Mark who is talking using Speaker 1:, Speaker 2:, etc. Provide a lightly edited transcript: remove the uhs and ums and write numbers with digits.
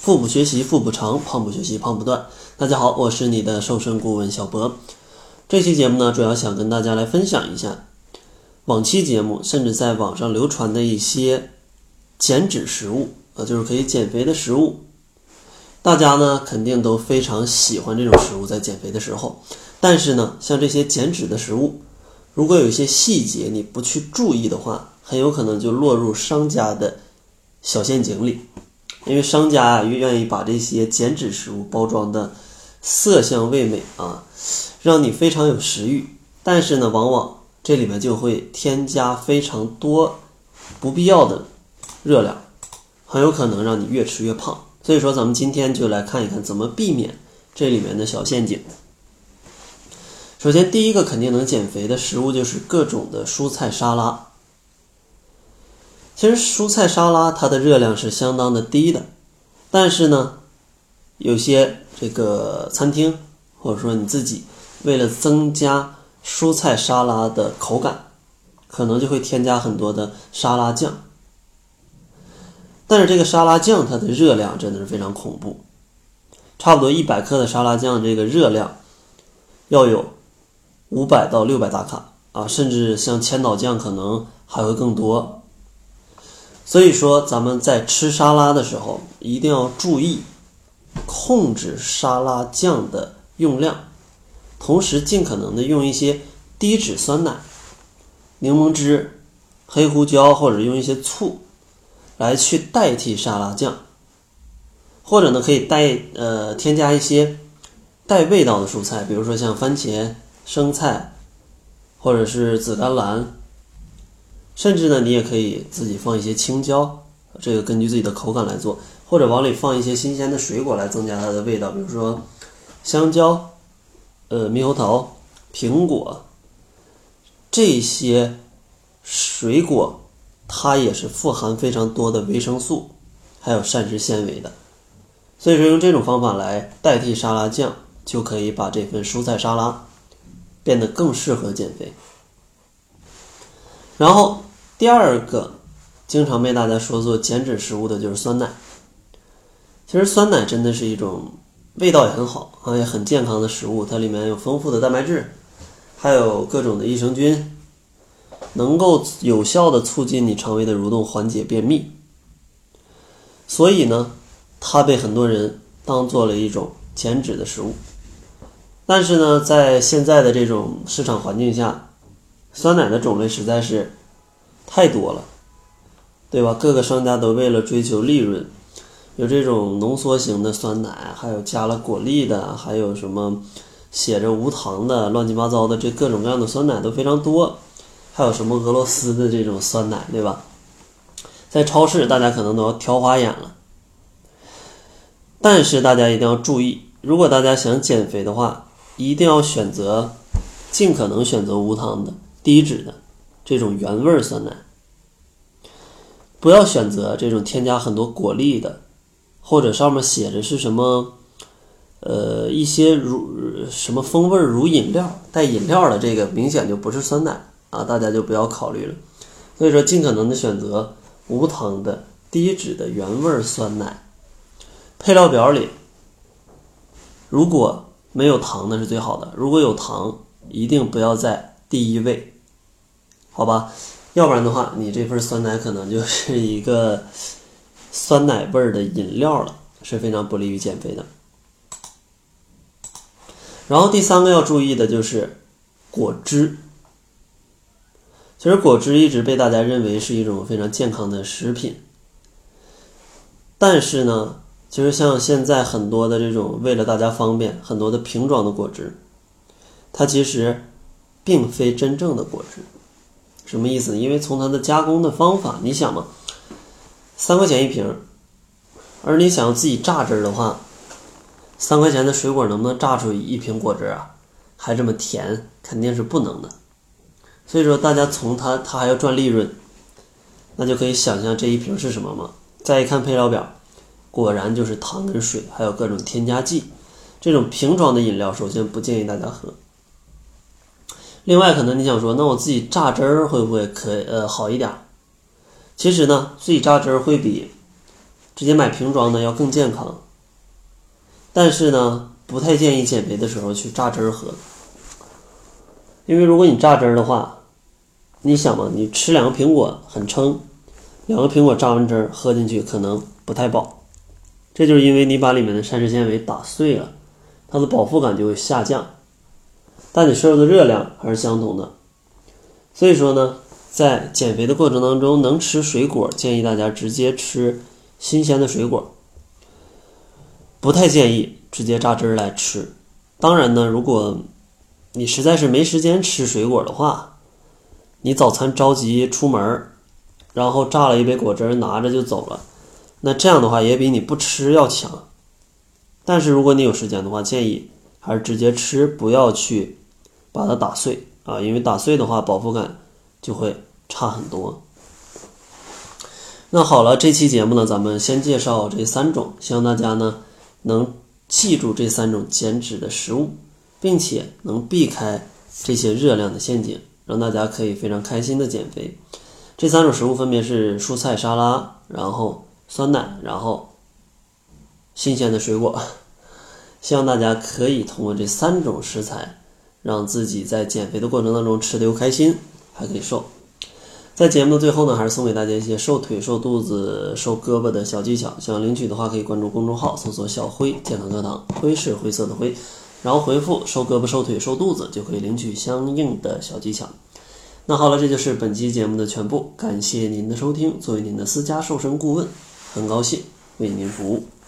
Speaker 1: 腹部学习腹部长，胖不学习胖不断。大家好，我是你的瘦身顾问小博。这期节目呢，主要想跟大家来分享一下往期节目甚至在网上流传的一些减脂食物，就是可以减肥的食物。大家呢肯定都非常喜欢这种食物在减肥的时候，但是呢，像这些减脂的食物，如果有一些细节你不去注意的话，很有可能就落入商家的小陷阱里。因为商家愿意把这些减脂食物包装的色香味美让你非常有食欲，但是呢，往往这里面就会添加非常多不必要的热量，很有可能让你越吃越胖。所以说咱们今天就来看一看怎么避免这里面的小陷阱。首先第一个肯定能减肥的食物就是各种的蔬菜沙拉。其实蔬菜沙拉它的热量是相当的低的，但是呢，有些这个餐厅或者说你自己为了增加蔬菜沙拉的口感，可能就会添加很多的沙拉酱。但是这个沙拉酱它的热量真的是非常恐怖，差不多100克的沙拉酱这个热量要有500到600大卡甚至像千岛酱可能还会更多。所以说咱们在吃沙拉的时候一定要注意控制沙拉酱的用量，同时尽可能的用一些低脂酸奶、柠檬汁、黑胡椒或者用一些醋来去代替沙拉酱，或者呢可以添加一些带味道的蔬菜，比如说像番茄、生菜或者是紫甘蓝，甚至呢你也可以自己放一些青椒，这个根据自己的口感来做，或者往里放一些新鲜的水果来增加它的味道，比如说香蕉、猕猴桃、苹果，这些水果它也是富含非常多的维生素还有膳食纤维的。所以说用这种方法来代替沙拉酱，就可以把这份蔬菜沙拉变得更适合减肥。然后第二个经常被大家说做减脂食物的就是酸奶。其实酸奶真的是一种味道也很好也很健康的食物，它里面有丰富的蛋白质，还有各种的益生菌，能够有效的促进你肠胃的蠕动，缓解便秘。所以呢，它被很多人当做了一种减脂的食物。但是呢，在现在的这种市场环境下，酸奶的种类实在是太多了，对吧？各个商家都为了追求利润，有这种浓缩型的酸奶，还有加了果粒的，还有什么写着无糖的，乱七八糟的，这各种各样的酸奶都非常多。还有什么俄罗斯的这种酸奶，对吧？在超市大家可能都要挑花眼了。但是大家一定要注意，如果大家想减肥的话，一定要尽可能选择无糖的、低脂的这种原味酸奶，不要选择这种添加很多果粒的，或者上面写着是什么一些什么风味乳饮料带饮料的，这个明显就不是酸奶大家就不要考虑了。所以说尽可能的选择无糖的低脂的原味酸奶。配料表里如果没有糖那是最好的，如果有糖一定不要在第一位，好吧？要不然的话你这份酸奶可能就是一个酸奶味的饮料了，是非常不利于减肥的。然后第三个要注意的就是果汁。其实果汁一直被大家认为是一种非常健康的食品，但是呢，其实像现在很多的这种为了大家方便，很多的瓶装的果汁，它其实并非真正的果汁。什么意思呢？因为从它的加工的方法，你想嘛，3块钱一瓶，而你想要自己榨汁的话，3块钱的水果能不能榨出一瓶果汁还这么甜？肯定是不能的。所以说大家从它还要赚利润，那就可以想象这一瓶是什么嘛。再一看配料表，果然就是糖跟水，还有各种添加剂。这种瓶装的饮料首先不建议大家喝。另外可能你想说，那我自己榨汁儿会不会好一点？其实呢，自己榨汁儿会比直接买瓶装的要更健康。但是呢，不太建议减肥的时候去榨汁喝，因为如果你榨汁的话，你想嘛，你吃2个苹果很撑，2个苹果榨完汁喝进去可能不太饱，这就是因为你把里面的膳食纤维打碎了，它的饱腹感就会下降，但你摄入的热量还是相同的。所以说呢，在减肥的过程当中，能吃水果，建议大家直接吃新鲜的水果，不太建议直接榨汁来吃。当然呢，如果你实在是没时间吃水果的话，你早餐着急出门，然后榨了一杯果汁拿着就走了，那这样的话也比你不吃要强。但是如果你有时间的话，建议还是直接吃，不要去把它打碎啊，因为打碎的话饱腹感就会差很多。那好了，这期节目呢，咱们先介绍这3种，希望大家呢能记住这3种减脂的食物，并且能避开这些热量的陷阱，让大家可以非常开心的减肥。这3种食物分别是蔬菜沙拉，然后酸奶，然后新鲜的水果。希望大家可以通过这3种食材，让自己在减肥的过程当中吃得又开心，还可以瘦。在节目的最后呢，还是送给大家一些瘦腿、瘦肚子、瘦胳膊的小技巧。想领取的话，可以关注公众号，搜索小辉健康课堂，辉是灰色的灰，然后回复瘦胳膊、瘦腿、瘦肚子，就可以领取相应的小技巧。那好了，这就是本期节目的全部，感谢您的收听。作为您的私家瘦身顾问，很高兴为您服务。